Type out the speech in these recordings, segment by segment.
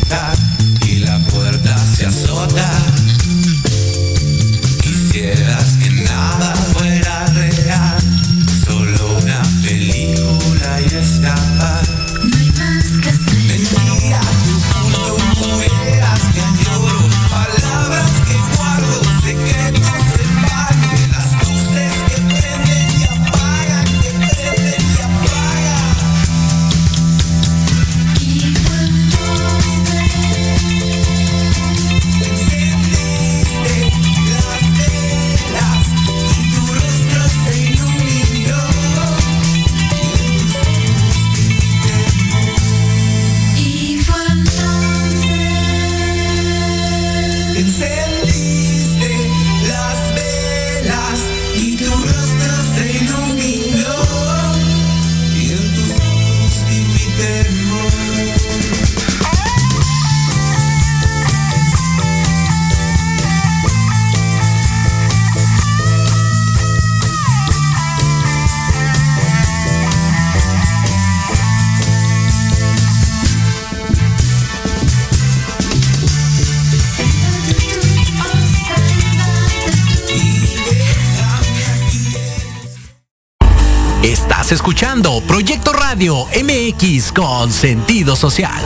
puerta y la puerta se azota. Quisieras que nada fuera real, solo una película y escapar. No hay más que hacer. Mentiras que oculto, hogueras que añoro, palabras que guardo, secretos en vano, las luces que prenden y apagan, que prenden y apagan. Y fue entonces Encendiste las velas y tu rostro se iluminó. y fue entonces Encendiste las velas y tu rostro se iluminó. Y en tus ojos vi mi temor. Estás escuchando Proyecto Radio MX con sentido social.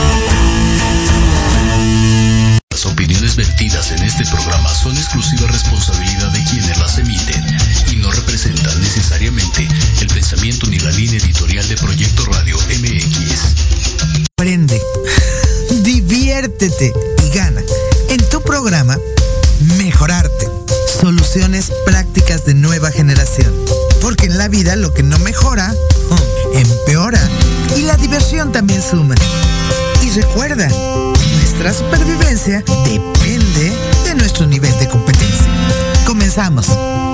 Las opiniones vertidas en este programa son exclusiva responsabilidad de quienes las emiten y no representan necesariamente el pensamiento ni la línea editorial de Proyecto Radio MX. Aprende, diviértete y gana. En tu programa, Mejorarte. Soluciones prácticas de nueva generación. Porque en la vida lo que no mejora, empeora. Y la diversión también suma. Y recuerda, nuestra supervivencia depende de nuestro nivel de competencia. Comenzamos.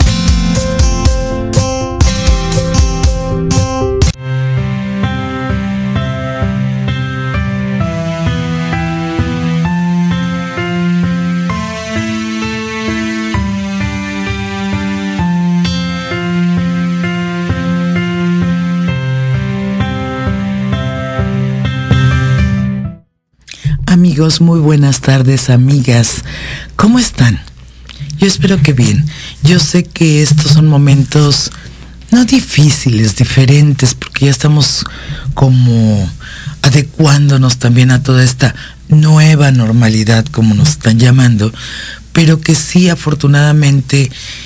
Amigos, muy buenas tardes, amigas. ¿Cómo están? Yo espero que bien. Yo sé que estos son momentos no difíciles, diferentes, porque ya estamos como adecuándonos también a toda esta nueva normalidad, como nos están llamando, pero que sí, afortunadamente,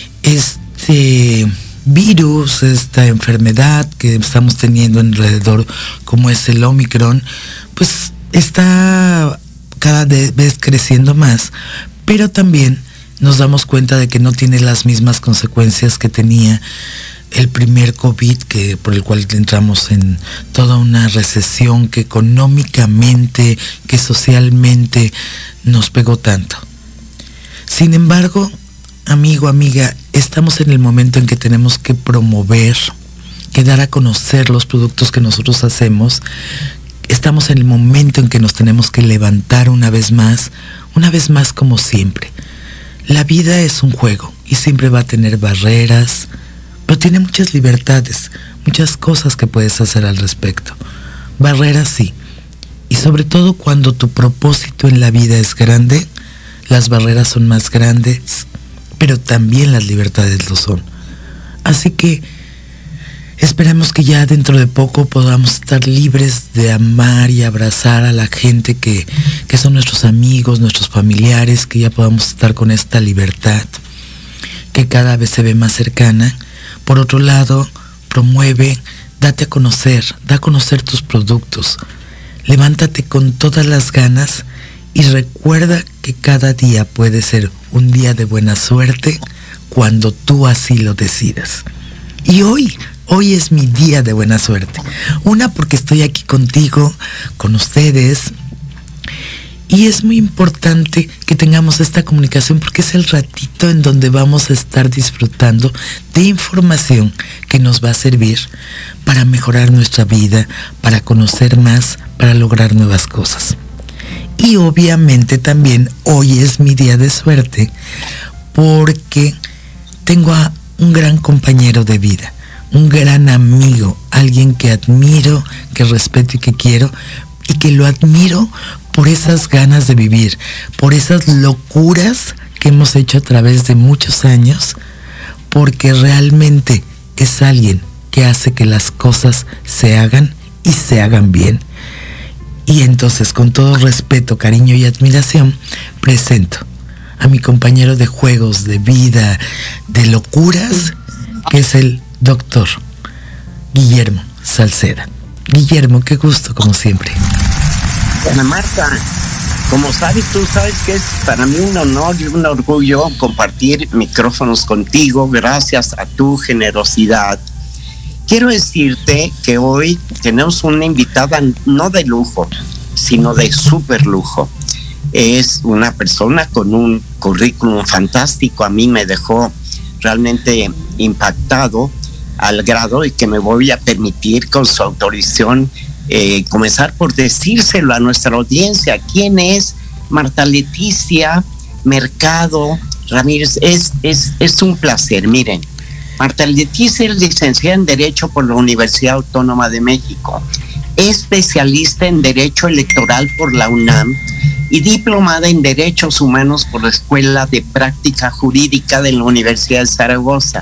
este virus, esta enfermedad que estamos teniendo alrededor, como es el Omicron, pues está cada vez creciendo más, pero también nos damos cuenta de que no tiene las mismas consecuencias que tenía el primer COVID, por el cual entramos en toda una recesión que económicamente, que socialmente nos pegó tanto. Sin embargo, amigo, amiga, estamos en el momento en que tenemos que promover, que dar a conocer los productos que nosotros hacemos. Estamos en el momento en que nos tenemos que levantar una vez más como siempre. La vida es un juego y siempre va a tener barreras, pero tiene muchas libertades, muchas cosas que puedes hacer al respecto. Barreras sí, y sobre todo cuando tu propósito en la vida es grande, las barreras son más grandes, pero también las libertades lo son. Así que esperemos que ya dentro de poco podamos estar libres de amar y abrazar a la gente que son nuestros amigos, nuestros familiares, que ya podamos estar con esta libertad que cada vez se ve más cercana. Por otro lado, promueve, date a conocer, da a conocer tus productos. Levántate con todas las ganas y recuerda que cada día puede ser un día de buena suerte cuando tú así lo decidas. Y hoy es mi día de buena suerte. Una, porque estoy aquí contigo, con ustedes. Y es muy importante que tengamos esta comunicación porque es el ratito en donde vamos a estar disfrutando de información que nos va a servir para mejorar nuestra vida, para conocer más, para lograr nuevas cosas. Y obviamente también hoy es mi día de suerte porque tengo a un gran compañero de vida, un gran amigo, alguien que admiro, que respeto y que quiero, y que lo admiro por esas ganas de vivir, por esas locuras que hemos hecho a través de muchos años, porque realmente es alguien que hace que las cosas se hagan y se hagan bien. Y entonces, con todo respeto, cariño y admiración, presento a mi compañero de juegos, de vida, de locuras, que es el doctor Guillermo Salceda. Guillermo, qué gusto, como siempre. Ana Marta, como sabes, tú sabes que es para mí un honor y un orgullo compartir micrófonos contigo, gracias a tu generosidad. Quiero decirte que hoy tenemos una invitada no de lujo, sino de súper lujo. Es una persona con un currículum fantástico, a mí me dejó realmente impactado al grado de que me voy a permitir, con su autorización, comenzar por decírselo a nuestra audiencia. ¿Quién es Marta Leticia Mercado Ramírez? Es un placer. Miren, Marta Leticia es licenciada en Derecho por la Universidad Autónoma de México, especialista en Derecho Electoral por la UNAM y diplomada en Derechos Humanos por la Escuela de Práctica Jurídica de la Universidad de Zaragoza.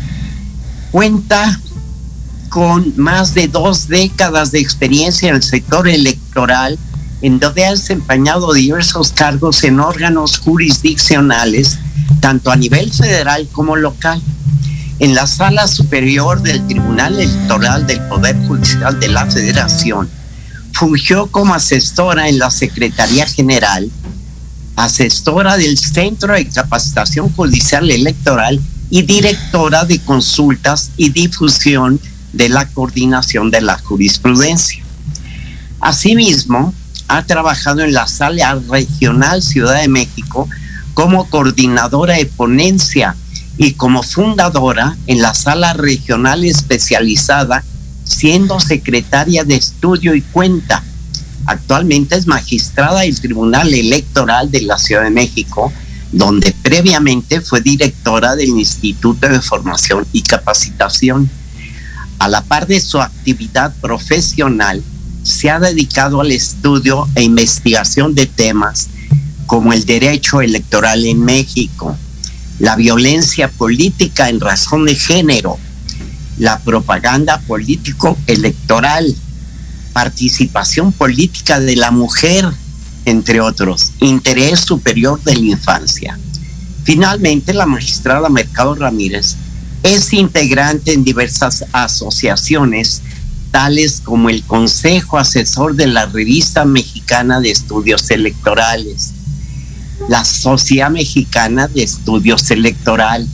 Cuenta con más de 2 décadas de experiencia en el sector electoral, en donde ha desempeñado diversos cargos en órganos jurisdiccionales, tanto a nivel federal como local. En la Sala Superior del Tribunal Electoral del Poder Judicial de la Federación, fungió como asesora en la Secretaría General, asesora del Centro de Capacitación Judicial Electoral y directora de consultas y difusión de la Coordinación de la Jurisprudencia. Asimismo, ha trabajado en la Sala Regional Ciudad de México como coordinadora de ponencia y como fundadora en la Sala Regional Especializada, siendo secretaria de estudio y cuenta. Actualmente es magistrada del Tribunal Electoral de la Ciudad de México, donde previamente fue directora del Instituto de Formación y Capacitación. A la par de su actividad profesional, se ha dedicado al estudio e investigación de temas como el derecho electoral en México, la violencia política en razón de género, la propaganda político-electoral, participación política de la mujer, entre otros, interés superior de la infancia. Finalmente, la magistrada Mercado Ramírez es integrante en diversas asociaciones, tales como el Consejo Asesor de la Revista Mexicana de Estudios Electorales, la Sociedad Mexicana de Estudios Electorales.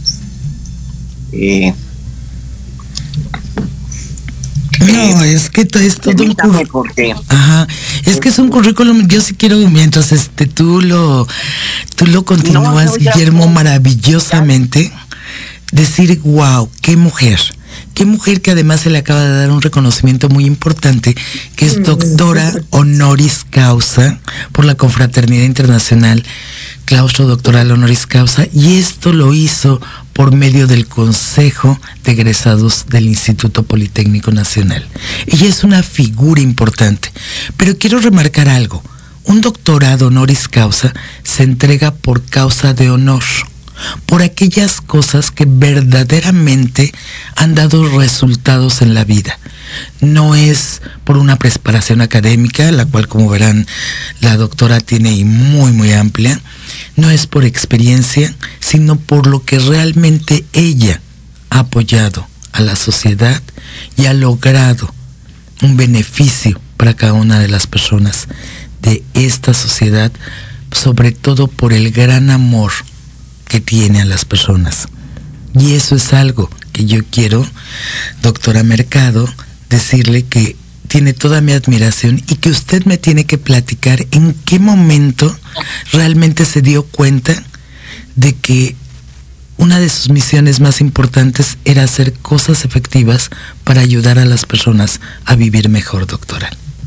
No, es que es todo un currículum. Ajá, es que es un currículum. Yo sí quiero, mientras tú lo continúas, Guillermo, maravillosamente, decir, wow, qué mujer que además se le acaba de dar un reconocimiento muy importante, que es doctora honoris causa por la Confraternidad Internacional, claustro doctoral honoris causa, y esto lo hizo por medio del Consejo de Egresados del Instituto Politécnico Nacional. Ella es una figura importante, pero quiero remarcar algo. Un doctorado honoris causa se entrega por causa de honor, por aquellas cosas que verdaderamente han dado resultados en la vida. No es por una preparación académica, la cual, como verán, la doctora tiene y muy, muy amplia. No es por experiencia, sino por lo que realmente ella ha apoyado a la sociedad y ha logrado un beneficio para cada una de las personas de esta sociedad, sobre todo por el gran amor que tiene a las personas. Y eso es algo que yo quiero, doctora Mercado, decirle que tiene toda mi admiración y que usted me tiene que platicar en qué momento realmente se dio cuenta de que una de sus misiones más importantes era hacer cosas efectivas para ayudar a las personas a vivir mejor, doctora.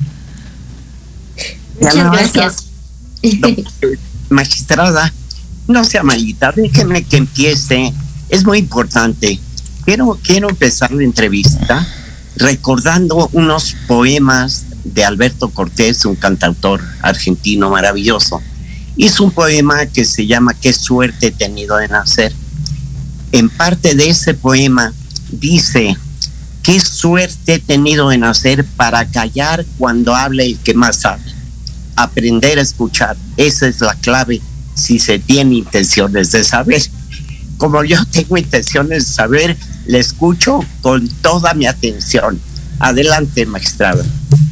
Muchas gracias. Magistrada, no sea malita, déjeme que empiece. Es muy importante. Quiero empezar la entrevista recordando unos poemas de Alberto Cortés, un cantautor argentino maravilloso. Hizo un poema que se llama Qué suerte he tenido de nacer. En parte de ese poema dice: qué suerte he tenido de nacer para callar cuando hable el que más sabe. Aprender a escuchar, esa es la clave si se tiene intenciones de saber. Como yo tengo intenciones de saber, le escucho con toda mi atención. Adelante, magistrada.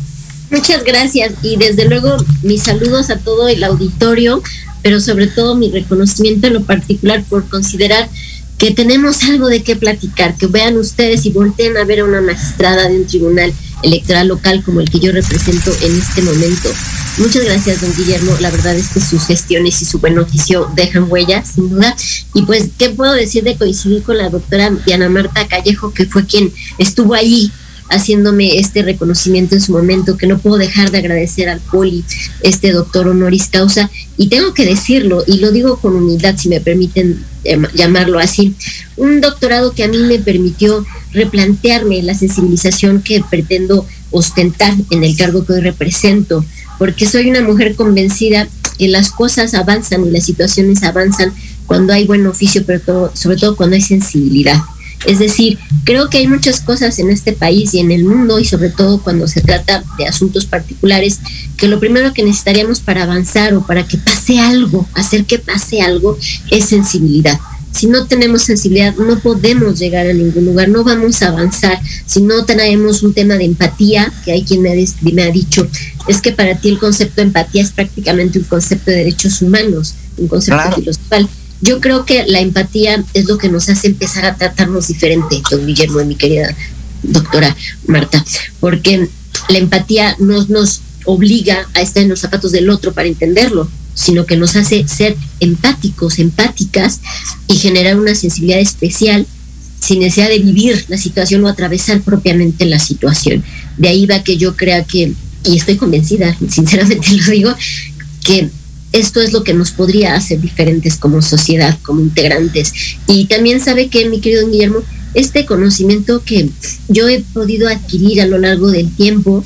Muchas gracias, y desde luego mis saludos a todo el auditorio, pero sobre todo mi reconocimiento en lo particular por considerar que tenemos algo de qué platicar, que vean ustedes y volteen a ver a una magistrada de un tribunal electoral local como el que yo represento en este momento. Muchas gracias, don Guillermo. La verdad es que sus gestiones y su buen oficio dejan huella, sin duda. Y pues, ¿qué puedo decir de coincidir con la doctora Diana Marta Callejo, que fue quien estuvo allí haciéndome este reconocimiento en su momento, que no puedo dejar de agradecer al Poli, este doctor honoris causa? Y tengo que decirlo, y lo digo con humildad, si me permiten llamarlo así, un doctorado que a mí me permitió replantearme la sensibilización que pretendo ostentar en el cargo que hoy represento, porque soy una mujer convencida que las cosas avanzan y las situaciones avanzan cuando hay buen oficio, pero sobre todo cuando hay sensibilidad. Es decir, creo que hay muchas cosas en este país y en el mundo, y sobre todo cuando se trata de asuntos particulares, que lo primero que necesitaríamos para avanzar o para que pase algo, hacer que pase algo, es sensibilidad. Si no tenemos sensibilidad, no podemos llegar a ningún lugar, no vamos a avanzar. Si no tenemos un tema de empatía, que hay quien me ha dicho, es que para ti el concepto de empatía es prácticamente un concepto de derechos humanos, un concepto filosofal. Yo creo que la empatía es lo que nos hace empezar a tratarnos diferente, don Guillermo y mi querida doctora Marta, porque la empatía no nos obliga a estar en los zapatos del otro para entenderlo, sino que nos hace ser empáticos, empáticas, y generar una sensibilidad especial sin necesidad de vivir la situación o atravesar propiamente la situación. De ahí va que yo crea que, y estoy convencida, sinceramente lo digo, que esto es lo que nos podría hacer diferentes como sociedad, como integrantes. Y también sabe que, mi querido Guillermo, este conocimiento que yo he podido adquirir a lo largo del tiempo,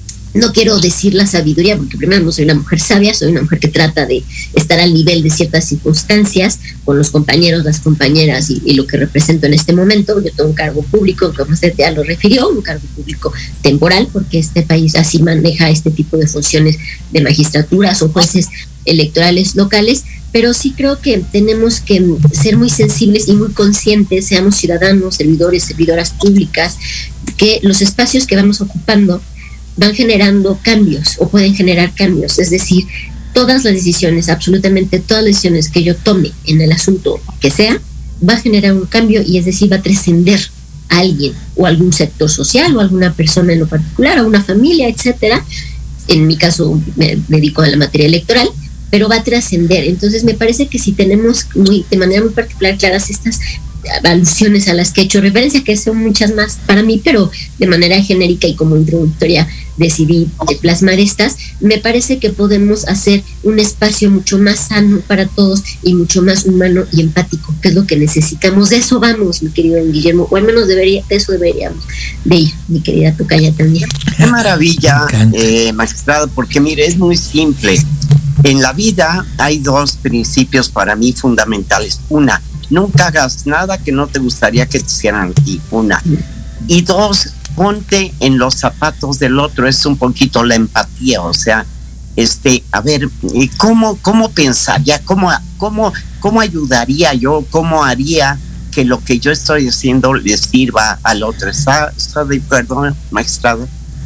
no quiero decir la sabiduría, porque primero no soy una mujer sabia, soy una mujer que trata de estar al nivel de ciertas circunstancias con los compañeros, las compañeras y lo que represento en este momento. Yo tengo un cargo público, como usted ya lo refirió, un cargo público temporal, porque este país así maneja este tipo de funciones de magistraturas o jueces electorales locales, pero sí creo que tenemos que ser muy sensibles y muy conscientes, seamos ciudadanos, servidores, servidoras públicas, que los espacios que vamos ocupando van generando cambios o pueden generar cambios. Es decir, todas las decisiones, absolutamente todas las decisiones que yo tome en el asunto que sea, va a generar un cambio, y es decir, va a trascender a alguien o a algún sector social o a alguna persona en lo particular, a una familia, etcétera. En mi caso me dedico a la materia electoral, pero va a trascender. Entonces me parece que si tenemos de manera muy particular claras estas alusiones a las que he hecho referencia, que son muchas más para mí, pero de manera genérica y como introductoria decidí plasmar estas, me parece que podemos hacer un espacio mucho más sano para todos y mucho más humano y empático, que es lo que necesitamos. De eso vamos, mi querido Guillermo, o al menos de eso deberíamos de ir, mi querida tocaya también. Qué maravilla, magistrado, porque mire, es muy simple. En la vida hay dos principios para mí fundamentales. Una, nunca hagas nada que no te gustaría que te hicieran a ti. Una. Y dos, ponte en los zapatos del otro. Es un poquito la empatía. O sea, a ver, ¿cómo pensaría? ¿Cómo ayudaría yo? ¿Cómo haría que lo que yo estoy haciendo le sirva al otro? ¿Está de acuerdo, magistrado?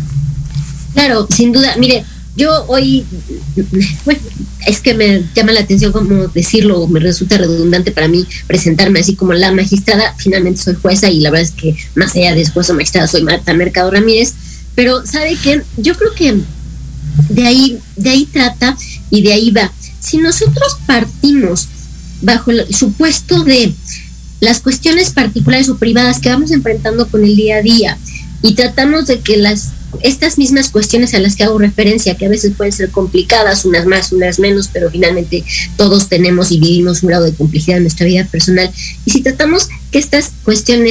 Claro, sin duda. Mire, yo hoy, bueno, es que me llama la atención cómo decirlo, me resulta redundante para mí presentarme así como la magistrada. Finalmente soy jueza, y la verdad es que más allá de jueza o magistrada soy Marta Mercado Ramírez, pero ¿sabe qué? Yo creo que de ahí trata y de ahí va. Si nosotros partimos bajo el supuesto de las cuestiones particulares o privadas que vamos enfrentando con el día a día, y tratamos de que estas mismas cuestiones a las que hago referencia, que a veces pueden ser complicadas, unas más, unas menos, pero finalmente todos tenemos y vivimos un grado de complejidad en nuestra vida personal, y si tratamos que estas cuestiones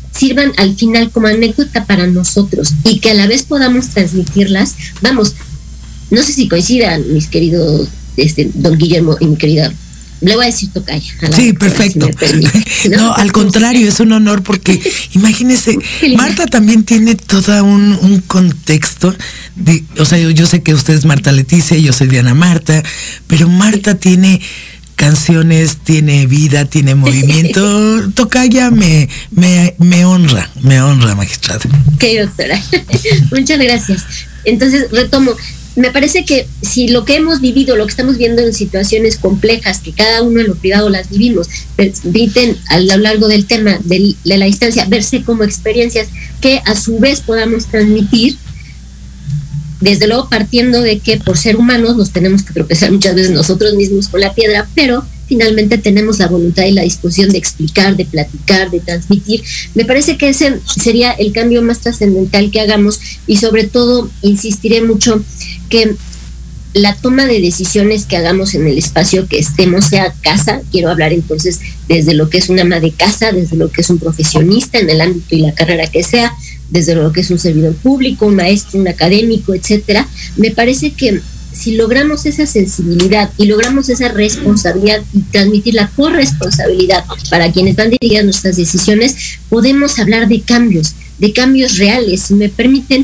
sirvan al final como anécdota para nosotros y que a la vez podamos transmitirlas. Vamos, no sé si coincidan, mis queridos don Guillermo y mi querida, le voy a decir tocaya. Sí, perfecto. Si permite, ¿no? Al contrario, es un honor porque imagínese, Marta también tiene todo un contexto o sea, yo sé que usted es Marta Leticia, yo soy Diana Marta, pero Marta tiene canciones, tiene vida, tiene movimiento. Tocaya me honra, magistrada. Ok, doctora. Muchas gracias. Entonces, retomo. Me parece que si lo que hemos vivido, lo que estamos viendo en situaciones complejas, que cada uno en lo privado las vivimos, permiten a lo largo del tema de la instancia verse como experiencias que a su vez podamos transmitir, desde luego partiendo de que por ser humanos nos tenemos que tropezar muchas veces nosotros mismos con la piedra, pero finalmente tenemos la voluntad y la disposición de explicar, de platicar, de transmitir. Me parece que ese sería el cambio más trascendental que hagamos y sobre todo insistiré mucho que la toma de decisiones que hagamos en el espacio que estemos, sea casa, quiero hablar entonces desde lo que es una ama de casa, desde lo que es un profesionista en el ámbito y la carrera que sea, desde lo que es un servidor público, un maestro, un académico, etcétera. Me parece que si logramos esa sensibilidad y logramos esa responsabilidad y transmitir la corresponsabilidad para quienes van dirigidas nuestras decisiones, podemos hablar de cambios reales. Si me permiten,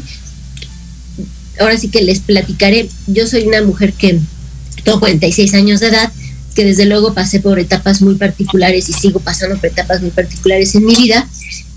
ahora sí que les platicaré. Yo soy una mujer que tengo 46 años de edad, que desde luego pasé por etapas muy particulares y sigo pasando por etapas muy particulares en mi vida.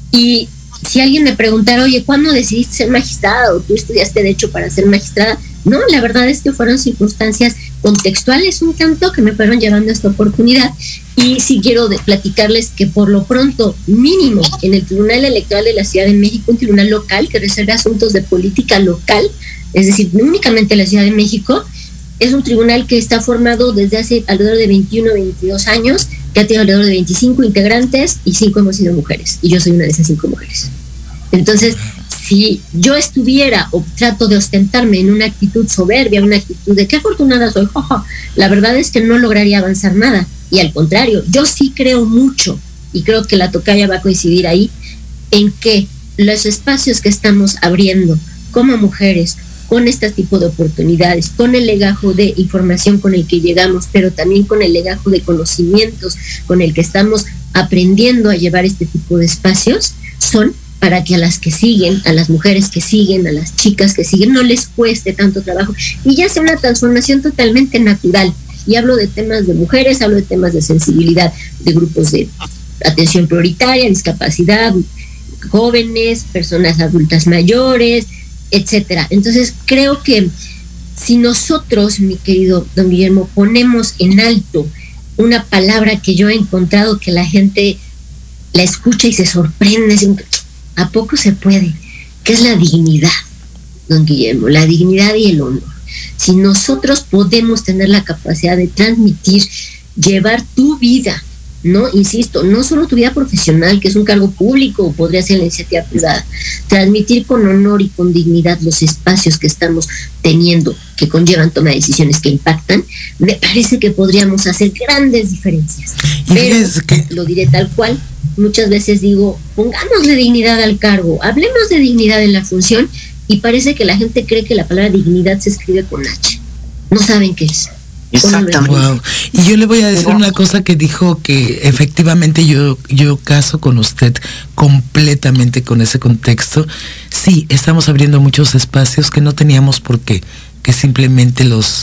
Y si alguien me preguntara, oye, ¿cuándo decidiste ser magistrada o tú estudiaste derecho para ser magistrada? No, la verdad es que fueron circunstancias contextuales un tanto que me fueron llevando a esta oportunidad. Y sí quiero platicarles que por lo pronto, mínimo, en el Tribunal Electoral de la Ciudad de México, un tribunal local que resuelve asuntos de política local, es decir, no únicamente la Ciudad de México, es un tribunal que está formado desde hace alrededor de 21 o 22 años, que ha tenido alrededor de 25 integrantes y 5 hemos sido mujeres, y yo soy una de esas 5 mujeres. Entonces, si yo estuviera o trato de ostentarme en una actitud soberbia, una actitud de qué afortunada soy, la verdad es que no lograría avanzar nada. Y al contrario, yo sí creo mucho, y creo que la tocaya va a coincidir ahí, en que los espacios que estamos abriendo como mujeres, con este tipo de oportunidades, con el legajo de información con el que llegamos, pero también con el legajo de conocimientos con el que estamos aprendiendo a llevar este tipo de espacios, son para que a las que siguen, a las mujeres que siguen, a las chicas que siguen, no les cueste tanto trabajo y ya sea una transformación totalmente natural. Y hablo de temas de mujeres, hablo de temas de sensibilidad, de grupos de atención prioritaria, discapacidad, jóvenes, personas adultas mayores, etcétera. Entonces creo que si nosotros, mi querido don Guillermo, ponemos en alto una palabra que yo he encontrado que la gente la escucha y se sorprende, ¿a poco se puede? Que es la dignidad, don Guillermo, la dignidad y el honor. Si nosotros podemos tener la capacidad de transmitir, llevar tu vida, no, insisto, no solo tu vida profesional, que es un cargo público o podría ser la iniciativa privada, transmitir con honor y con dignidad los espacios que estamos teniendo, que conllevan toma de decisiones que impactan, me parece que podríamos hacer grandes diferencias. Pero lo diré tal cual, muchas veces digo, pongámosle dignidad al cargo, hablemos de dignidad en la función, y parece que la gente cree que la palabra dignidad se escribe con H. No saben qué es. Exactamente. Wow. Y yo le voy a decir una cosa que dijo, que efectivamente yo caso con usted completamente con ese contexto. Sí, estamos abriendo muchos espacios que no teníamos por qué, que simplemente los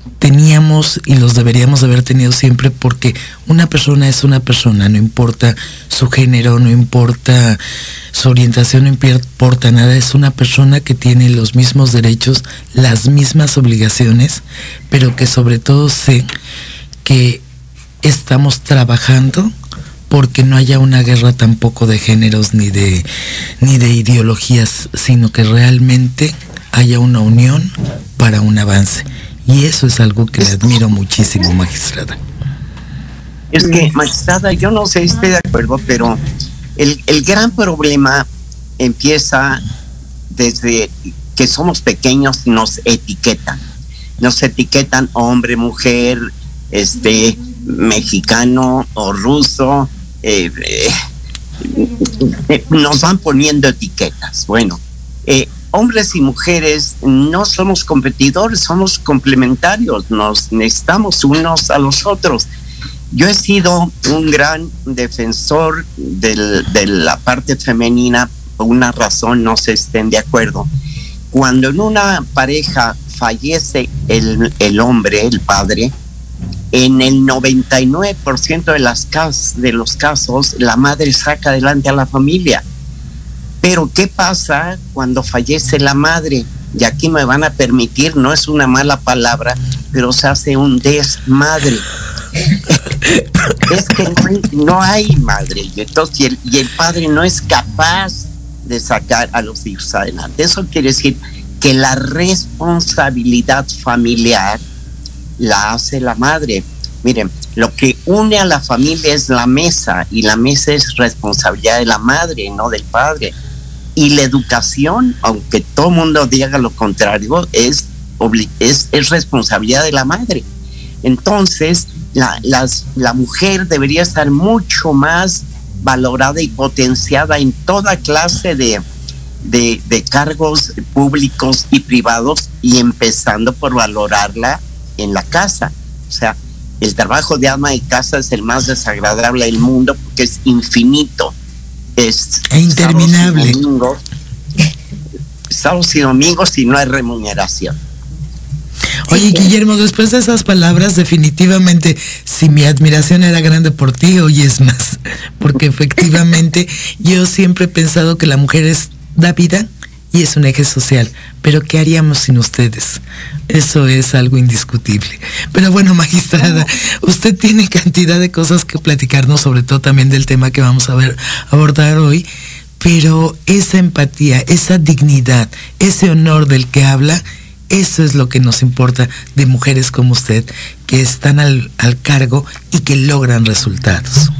teníamos y los deberíamos de haber tenido siempre, porque una persona es una persona, no importa su género, no importa su orientación, no importa nada, es una persona que tiene los mismos derechos, las mismas obligaciones, pero que sobre todo sé que estamos trabajando porque no haya una guerra tampoco de géneros ni de ideologías, sino que realmente haya una unión para un avance. Y eso es algo que le admiro muchísimo, magistrada. Es que, magistrada, yo no sé si estoy de acuerdo, pero el gran problema empieza desde que somos pequeños y nos etiquetan. Nos etiquetan hombre, mujer, mexicano o ruso, nos van poniendo etiquetas. Bueno, hombres y mujeres no somos competidores, somos complementarios, nos necesitamos unos a los otros. Yo he sido un gran defensor de la parte femenina por una razón, no se estén de acuerdo. Cuando en una pareja fallece el hombre, el padre, en el 99% de los casos la madre saca adelante a la familia. Pero ¿qué pasa cuando fallece la madre? Y aquí me van a permitir, no es una mala palabra, pero se hace un desmadre. Es que no hay madre, y entonces y el padre no es capaz de sacar a los hijos adelante. Eso quiere decir que la responsabilidad familiar la hace la madre. Miren, lo que une a la familia es la mesa, y la mesa es responsabilidad de la madre, no del padre. Y la educación, aunque todo el mundo diga lo contrario, es responsabilidad de la madre. Entonces, la mujer debería estar mucho más valorada y potenciada en toda clase de cargos públicos y privados, y empezando por valorarla en la casa. O sea, el trabajo de ama de casa es el más desagradable del mundo porque es infinito. Es interminable. Sábados y domingos y no hay remuneración. Oye, Guillermo, después de esas palabras, definitivamente, si mi admiración era grande por ti, hoy es más, porque efectivamente yo siempre he pensado que la mujer da vida y es un eje social, pero ¿qué haríamos sin ustedes? Eso es algo indiscutible. Pero bueno, magistrada, usted tiene cantidad de cosas que platicarnos, sobre todo también del tema que vamos a abordar hoy, pero esa empatía, esa dignidad, ese honor del que habla, eso es lo que nos importa de mujeres como usted, que están al cargo y que logran resultados.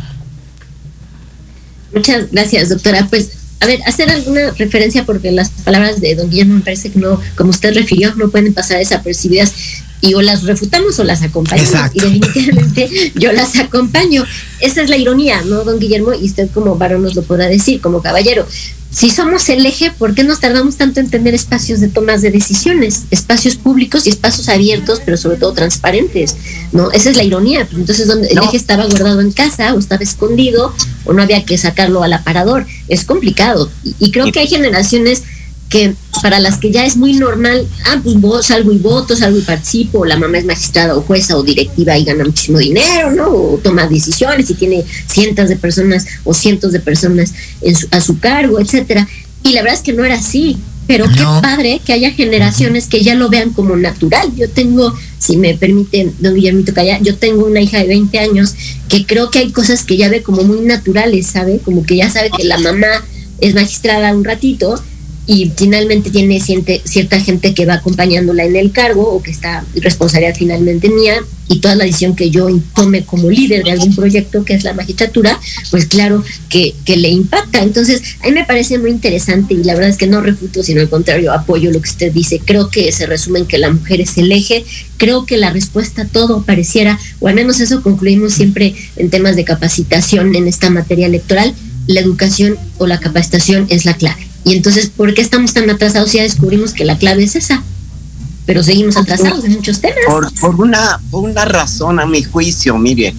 Muchas gracias, doctora. Pues, a ver, hacer alguna referencia, porque las palabras de don Guillermo me parece que no, como usted refirió, no pueden pasar desapercibidas, y o las refutamos o las acompañamos. Exacto. Y definitivamente yo las acompaño. Esa es la ironía, ¿no, don Guillermo? Y usted como varón nos lo podrá decir, como caballero. Si somos el eje, ¿por qué nos tardamos tanto en tener espacios de tomas de decisiones? Espacios públicos y espacios abiertos, pero sobre todo transparentes, ¿no? Esa es la ironía. Entonces, donde el eje estaba guardado en casa, o estaba escondido, o no había que sacarlo al aparador. Es complicado. Y creo que hay generaciones que para las que ya es muy normal, pues salgo y voto, salgo y participo, la mamá es magistrada o jueza o directiva y gana muchísimo dinero, ¿no? O toma decisiones y tiene cientos de personas o cientos de personas a su cargo, etcétera. Y la verdad es que no era así, pero qué padre que haya generaciones que ya lo vean como natural. Yo tengo, si me permite, don Guillermito Calla, yo tengo una hija de 20 años que creo que hay cosas que ya ve como muy naturales, ¿sabe? Como que ya sabe que la mamá es magistrada un ratito, y finalmente tiene cierta gente que va acompañándola en el cargo, o que está responsabilidad finalmente mía, y toda la decisión que yo tome como líder de algún proyecto que es la magistratura, pues claro que le impacta. Entonces, a mí me parece muy interesante, y la verdad es que no refuto, sino al contrario, apoyo lo que usted dice. Creo que se resume en que la mujer es el eje. Creo que la respuesta a todo pareciera, o al menos eso concluimos siempre en temas de capacitación en esta materia electoral, la educación o la capacitación es la clave. Y entonces, ¿por qué estamos tan atrasados? Ya descubrimos que la clave es esa, pero seguimos atrasados en muchos temas. Por una razón, a mi juicio, mire,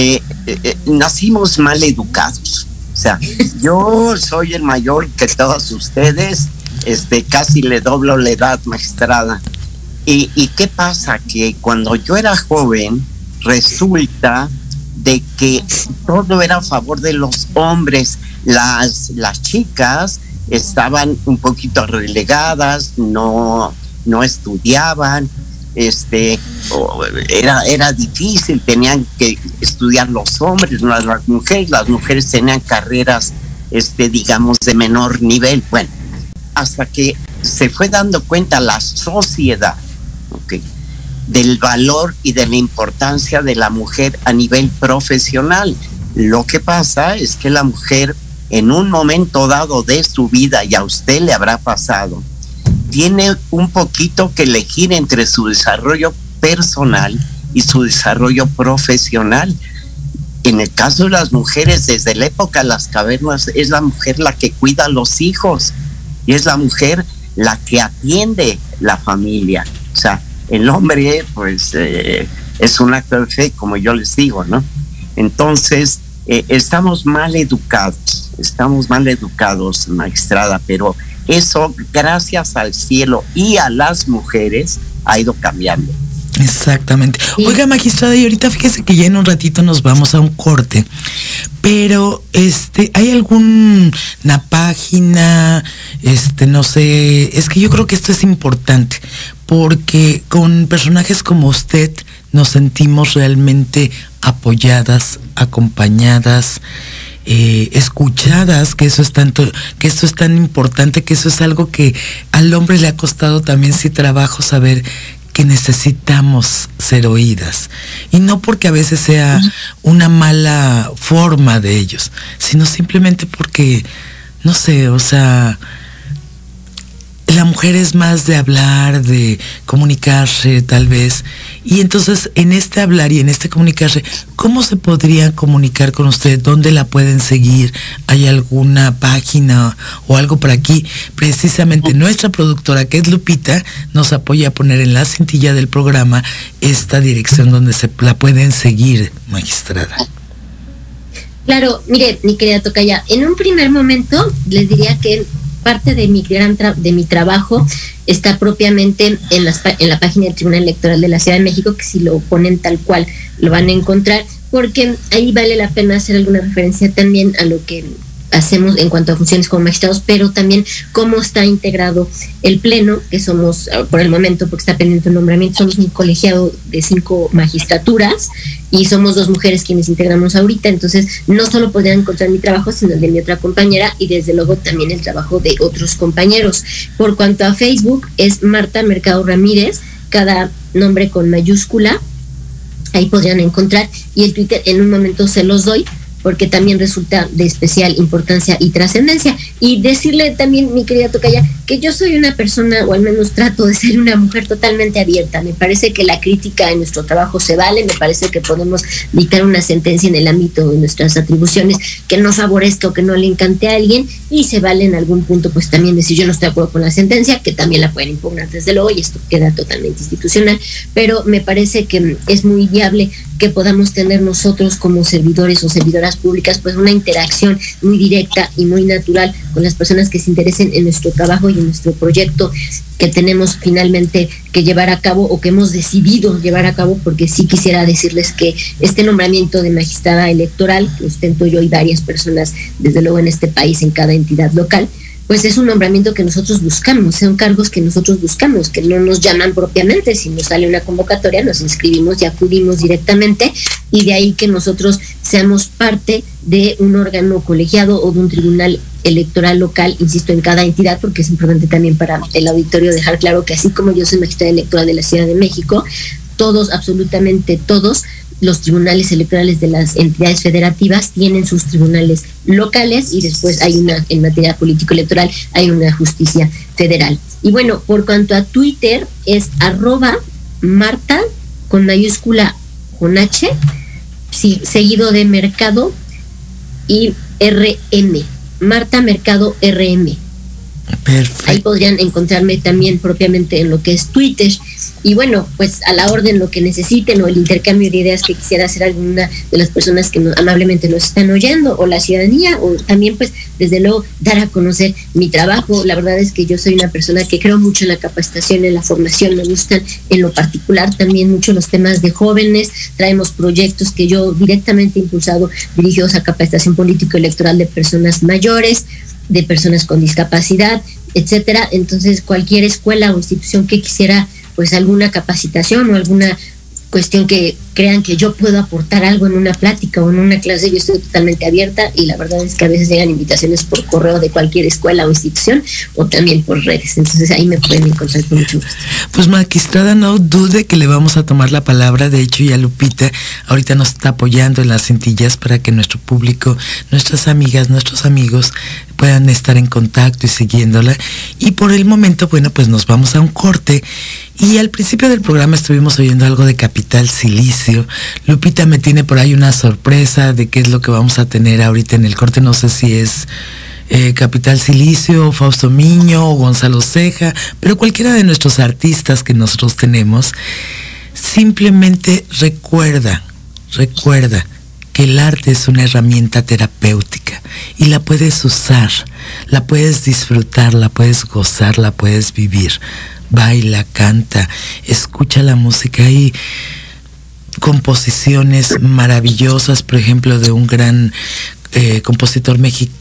nacimos mal educados. O sea, yo soy el mayor que todos ustedes, casi le doblo la edad, magistrada. ¿Y qué pasa? Que cuando yo era joven, resulta de que todo era a favor de los hombres. Las chicas estaban un poquito relegadas, no estudiaban, era difícil, tenían que estudiar los hombres, no las mujeres tenían carreras, digamos, de menor nivel. Bueno, hasta que se fue dando cuenta la sociedad, ¿okay?, del valor y de la importancia de la mujer a nivel profesional. Lo que pasa es que la mujer, en un momento dado de su vida, y a usted le habrá pasado, tiene un poquito que elegir entre su desarrollo personal y su desarrollo profesional. En el caso de las mujeres, desde la época de las cavernas, es la mujer la que cuida a los hijos y es la mujer la que atiende la familia. O sea, el hombre, pues, es un acto de fe, como yo les digo, ¿no? Entonces, estamos mal educados, magistrada, pero eso, gracias al cielo y a las mujeres, ha ido cambiando. Exactamente. Oiga, magistrada, y ahorita fíjese que ya en un ratito nos vamos a un corte, pero ¿hay alguna página, no sé, es que yo creo que esto es importante, porque con personajes como usted nos sentimos realmente apoyadas, acompañadas, escuchadas, que esto es tan importante, que eso es algo que al hombre le ha costado también sí trabajo saber que necesitamos ser oídas, y no porque a veces sea una mala forma de ellos, sino simplemente porque, no sé, o sea, la mujer es más de hablar, de comunicarse tal vez, y entonces en este hablar y en este comunicarse, ¿cómo se podrían comunicar con usted? ¿Dónde la pueden seguir? ¿Hay alguna página o algo por aquí? Precisamente nuestra productora, que es Lupita, nos apoya a poner en la cintilla del programa esta dirección donde se la pueden seguir, magistrada. Claro, mire, mi querida tocaya, en un primer momento les diría que parte de mi trabajo está propiamente en la página del Tribunal Electoral de la Ciudad de México, que si lo ponen tal cual lo van a encontrar, porque ahí vale la pena hacer alguna referencia también a lo que hacemos en cuanto a funciones como magistrados, pero también cómo está integrado el pleno, que somos por el momento, porque está pendiente el nombramiento, somos un colegiado de 5 magistraturas y somos 2 mujeres quienes integramos ahorita. Entonces no solo podrían encontrar mi trabajo, sino el de mi otra compañera y desde luego también el trabajo de otros compañeros. Por cuanto a Facebook, es Marta Mercado Ramírez, cada nombre con mayúscula, ahí podrían encontrar, y el Twitter en un momento se los doy, porque también resulta de especial importancia y trascendencia. Y decirle también, mi querida tocaya, que yo soy una persona, o al menos trato de ser una mujer totalmente abierta. Me parece que la crítica en nuestro trabajo se vale, me parece que podemos dictar una sentencia en el ámbito de nuestras atribuciones que no favorezca o que no le encante a alguien, y se vale en algún punto pues también decir yo no estoy de acuerdo con la sentencia, que también la pueden impugnar desde luego, y esto queda totalmente institucional, pero me parece que es muy viable que podamos tener nosotros como servidores o servidoras públicas pues una interacción muy directa y muy natural con las personas que se interesen en nuestro trabajo y en nuestro proyecto que tenemos finalmente que llevar a cabo, o que hemos decidido llevar a cabo, porque sí quisiera decirles que este nombramiento de magistrada electoral que ostento yo y varias personas desde luego en este país, en cada entidad local, pues es un nombramiento que nosotros buscamos, son cargos que nosotros buscamos, que no nos llaman propiamente, si nos sale una convocatoria nos inscribimos y acudimos directamente, y de ahí que nosotros seamos parte de un órgano colegiado o de un tribunal electoral local, insisto, en cada entidad, porque es importante también para el auditorio dejar claro que así como yo soy magistrada electoral de la Ciudad de México, todos, absolutamente todos, los tribunales electorales de las entidades federativas tienen sus tribunales locales, y después hay en materia político-electoral, hay una justicia federal. Y bueno, por cuanto a Twitter, es @Marta, con mayúscula, con H, sí, seguido de Mercado y RM, Marta Mercado RM. Perfecto. Ahí podrían encontrarme también propiamente en lo que es Twitter. Y bueno, pues a la orden lo que necesiten, o el intercambio de ideas que quisiera hacer alguna de las personas que amablemente nos están oyendo, o la ciudadanía, o también pues desde luego dar a conocer mi trabajo. La verdad es que yo soy una persona que creo mucho en la capacitación, en la formación, me gustan en lo particular también mucho los temas de jóvenes, traemos proyectos que yo directamente he impulsado dirigidos a capacitación político-electoral de personas mayores, de personas con discapacidad, etcétera. Entonces cualquier escuela o institución que quisiera pues alguna capacitación o alguna cuestión que crean que yo puedo aportar algo en una plática o en una clase, yo estoy totalmente abierta, y la verdad es que a veces llegan invitaciones por correo de cualquier escuela o institución, o también por redes, entonces ahí me pueden encontrar con mucho gusto. Pues magistrada, no dude que le vamos a tomar la palabra, de hecho ya Lupita ahorita nos está apoyando en las cintillas para que nuestro público, nuestras amigas, nuestros amigos puedan estar en contacto y siguiéndola, y por el momento, bueno, pues nos vamos a un corte Y al principio del programa estuvimos oyendo algo de Capital Silicio. Lupita me tiene por ahí una sorpresa de qué es lo que vamos a tener ahorita en el corte. No sé si es Capital Silicio, Fausto Miño o Gonzalo Ceja, pero cualquiera de nuestros artistas que nosotros tenemos. Simplemente recuerda que el arte es una herramienta terapéutica y la puedes usar, la puedes disfrutar, la puedes gozar, la puedes vivir. Baila, canta, escucha la música. Hay composiciones maravillosas, por ejemplo, de un gran compositor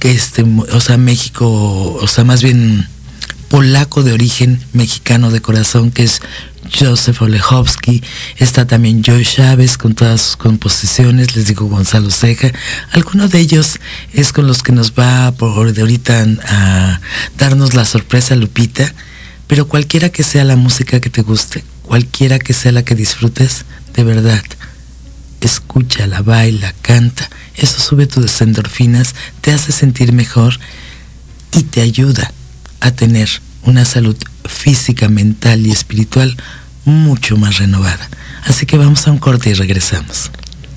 más bien polaco de origen, mexicano de corazón, que es Joseph Olechowski. Está también Joy Chávez con todas sus composiciones, les digo Gonzalo Ceja. Alguno de ellos es con los que nos va por de ahorita a darnos la sorpresa Lupita. Pero cualquiera que sea la música que te guste, cualquiera que sea la que disfrutes, de verdad, escúchala, baila, canta. Eso sube tus endorfinas, te hace sentir mejor y te ayuda a tener una salud física, mental y espiritual mucho más renovada. Así que vamos a un corte y regresamos.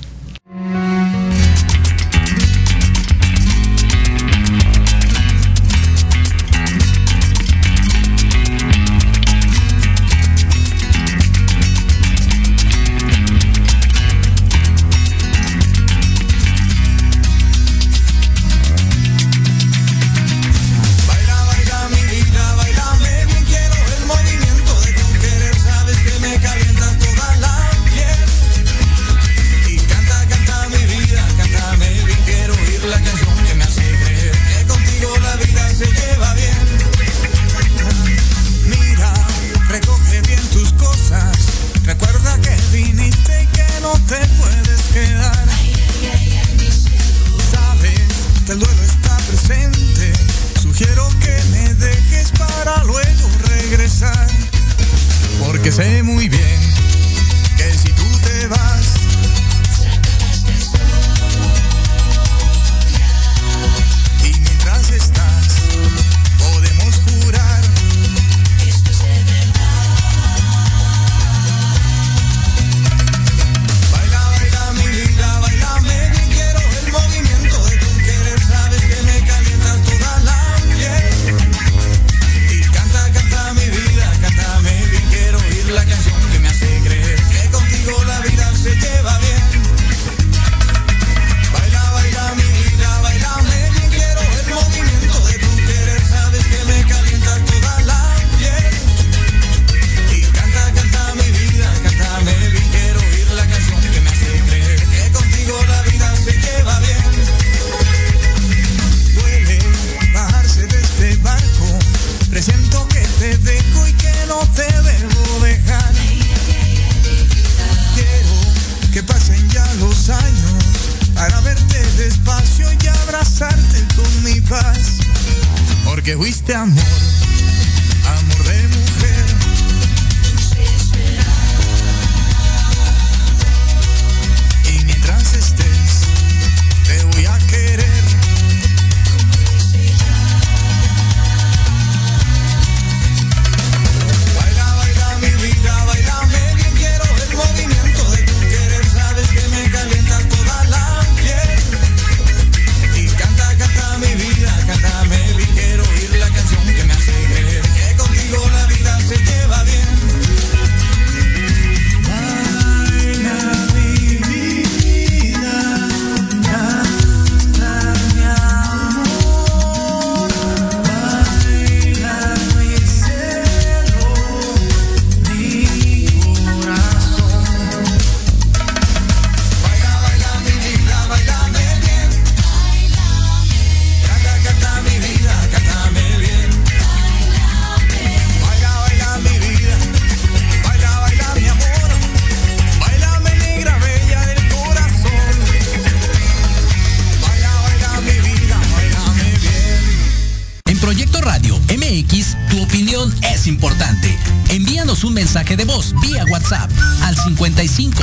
mensaje de voz vía WhatsApp al 55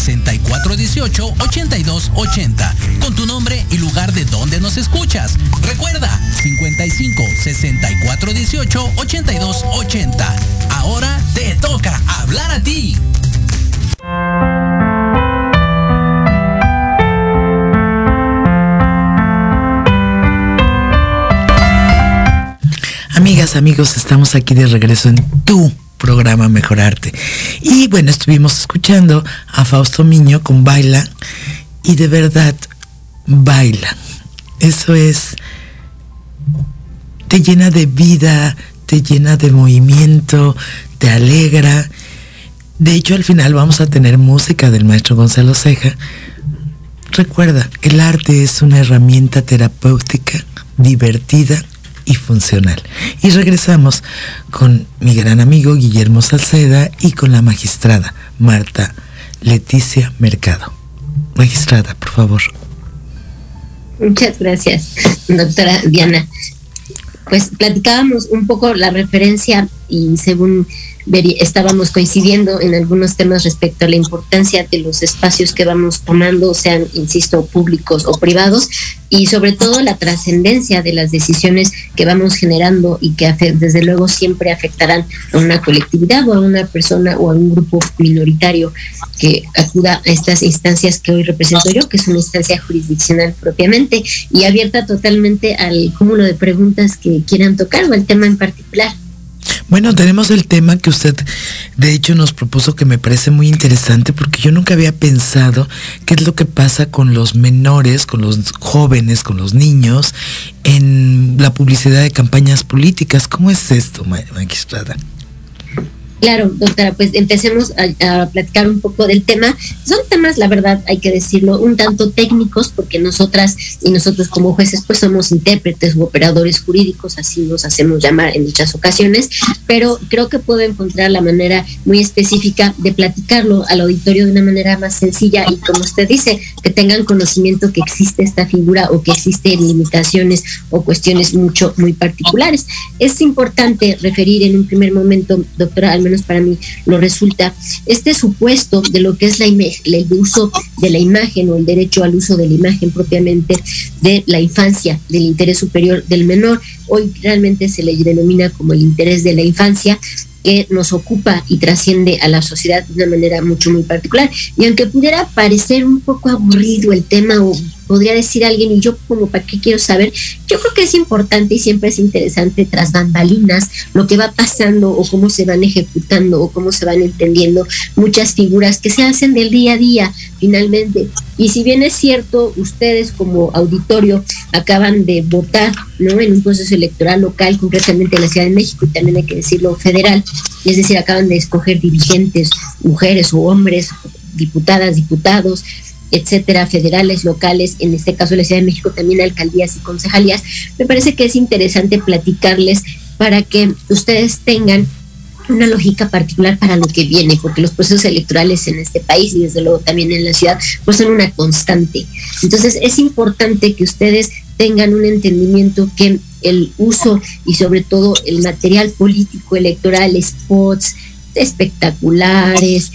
64 18 82 80 con tu nombre y lugar de donde nos escuchas. Recuerda, 55 64 18 82 80. Ahora te toca hablar a ti. Amigas, amigos, estamos aquí de regreso en tu programa Mejorarte. Y bueno, estuvimos escuchando a Fausto Miño con Baila, y de verdad, baila. Eso es, te llena de vida, te llena de movimiento, te alegra. De hecho, al final vamos a tener música del maestro Gonzalo Ceja. Recuerda, el arte es una herramienta terapéutica, divertida y funcional. Y regresamos con mi gran amigo Guillermo Salceda y con la magistrada Marta Leticia Mercado. Magistrada, por favor. Muchas gracias, doctora Diana. Pues platicábamos un poco la referencia y según estábamos coincidiendo en algunos temas respecto a la importancia de los espacios que vamos tomando, sean, insisto, públicos o privados, y sobre todo la trascendencia de las decisiones que vamos generando y que desde luego siempre afectarán a una colectividad o a una persona o a un grupo minoritario que acuda a estas instancias que hoy represento yo, que es una instancia jurisdiccional propiamente y abierta totalmente al cúmulo de preguntas que quieran tocar o al tema en particular. Bueno, tenemos el tema que usted de hecho nos propuso, que me parece muy interesante, porque yo nunca había pensado qué es lo que pasa con los menores, con los jóvenes, con los niños en la publicidad de campañas políticas. ¿Cómo es esto, magistrada? Claro, doctora, pues empecemos a platicar un poco del tema. Son temas, la verdad, hay que decirlo, un tanto técnicos, porque nosotras y nosotros como jueces pues somos intérpretes u operadores jurídicos, así nos hacemos llamar en muchas ocasiones, pero creo que puedo encontrar la manera muy específica de platicarlo al auditorio de una manera más sencilla y, como usted dice, que tengan conocimiento que existe esta figura o que existen limitaciones o cuestiones muy particulares. Es importante referir en un primer momento, doctora, al menos para mí lo resulta, este supuesto de lo que es el uso de la imagen o el derecho al uso de la imagen propiamente de la infancia, del interés superior del menor. Hoy realmente se le denomina como el interés de la infancia, que nos ocupa y trasciende a la sociedad de una manera muy particular. Y aunque pudiera parecer un poco aburrido el tema, o podría decir alguien, y yo como para qué quiero saber, yo creo que es importante y siempre es interesante tras bambalinas lo que va pasando o cómo se van ejecutando o cómo se van entendiendo muchas figuras que se hacen del día a día finalmente. Y si bien es cierto, ustedes como auditorio acaban de votar, ¿no?, en un proceso electoral local, concretamente en la Ciudad de México, y también hay que decirlo federal, es decir, acaban de escoger dirigentes, mujeres o hombres, diputadas, diputados, etcétera, federales, locales, en este caso la Ciudad de México también alcaldías y concejalías. Me parece que es interesante platicarles para que ustedes tengan una lógica particular para lo que viene, porque los procesos electorales en este país y desde luego también en la ciudad pues son una constante. Entonces es importante que ustedes tengan un entendimiento que el uso y sobre todo el material político electoral, spots espectaculares,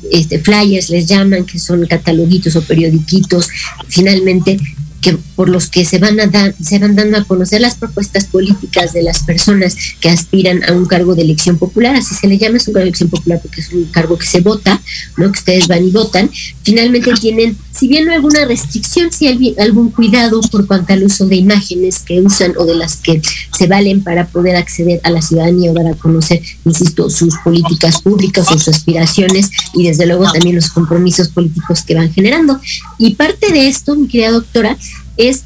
flyers les llaman, que son cataloguitos o periodiquitos, finalmente, que por los que se van dando a conocer las propuestas políticas de las personas que aspiran a un cargo de elección popular. Así se le llama, es un cargo de elección popular porque es un cargo que se vota, ¿no?, que ustedes van y votan. Finalmente tienen, si bien no hay alguna restricción, sí hay algún cuidado por cuanto al uso de imágenes que usan o de las que se valen para poder acceder a la ciudadanía o dar a conocer, insisto, sus políticas públicas, sus aspiraciones y desde luego también los compromisos políticos que van generando. Y parte de esto, mi querida doctora, es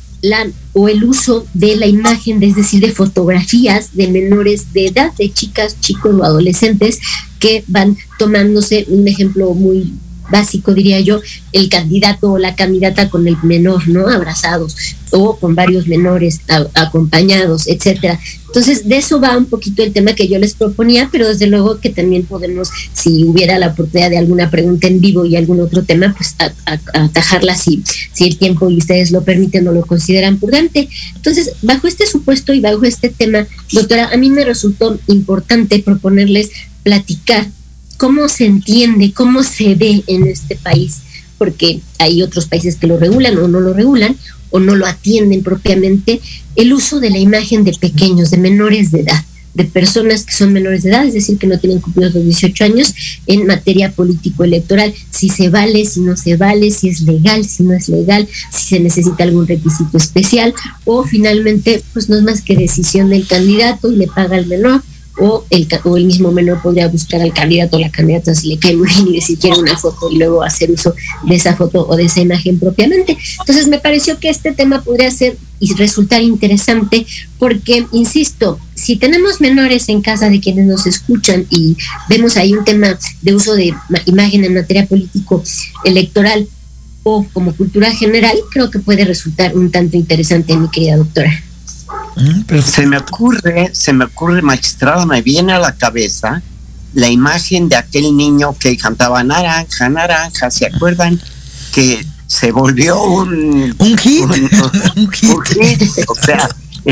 el uso de la imagen, es decir, de fotografías de menores de edad, de chicas, chicos o adolescentes que van tomándose, un ejemplo muy básico diría yo, el candidato o la candidata con el menor, ¿no?, abrazados, o con varios menores acompañados, etcétera. Entonces, de eso va un poquito el tema que yo les proponía, pero desde luego que también podemos, si hubiera la oportunidad de alguna pregunta en vivo y algún otro tema, pues atajarla si el tiempo y ustedes lo permiten o lo consideran prudente. Entonces, bajo este supuesto y bajo este tema, doctora, a mí me resultó importante proponerles platicar cómo se entiende, cómo se ve en este país, porque hay otros países que lo regulan o no lo regulan, o no lo atienden propiamente, el uso de la imagen de pequeños, de menores de edad, de personas que son menores de edad, es decir, que no tienen cumplidos los 18 años, en materia político-electoral, si se vale, si no se vale, si es legal, si no es legal, si se necesita algún requisito especial, o finalmente, pues no es más que decisión del candidato y le paga al menor, o el mismo menor podría buscar al candidato o la candidata si le cae muy bien y decir quiere una foto y luego hacer uso de esa foto o de esa imagen propiamente. Entonces me pareció que este tema podría ser y resultar interesante porque, insisto, si tenemos menores en casa de quienes nos escuchan y vemos ahí un tema de uso de imagen en materia político-electoral o como cultura general, creo que puede resultar un tanto interesante, mi querida doctora. Se me ocurre, magistrada, me viene a la cabeza la imagen de aquel niño que cantaba Naranja, Naranja, ¿se acuerdan? Que se volvió un hit. Un hit, o sea,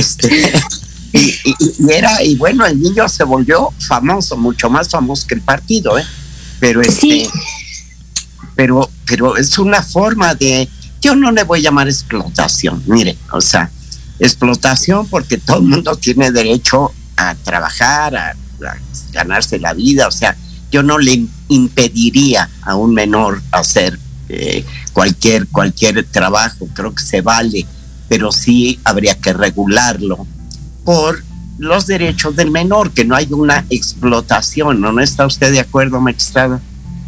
y bueno, el niño se volvió famoso, mucho más famoso que el partido, pero sí. pero es una forma de, yo no le voy a llamar explotación, mire, o sea, explotación porque todo el mundo tiene derecho a trabajar, a ganarse la vida, o sea, yo no le impediría a un menor hacer cualquier trabajo, creo que se vale, pero sí habría que regularlo por los derechos del menor, que no hay una explotación, ¿no está usted de acuerdo, magistrada?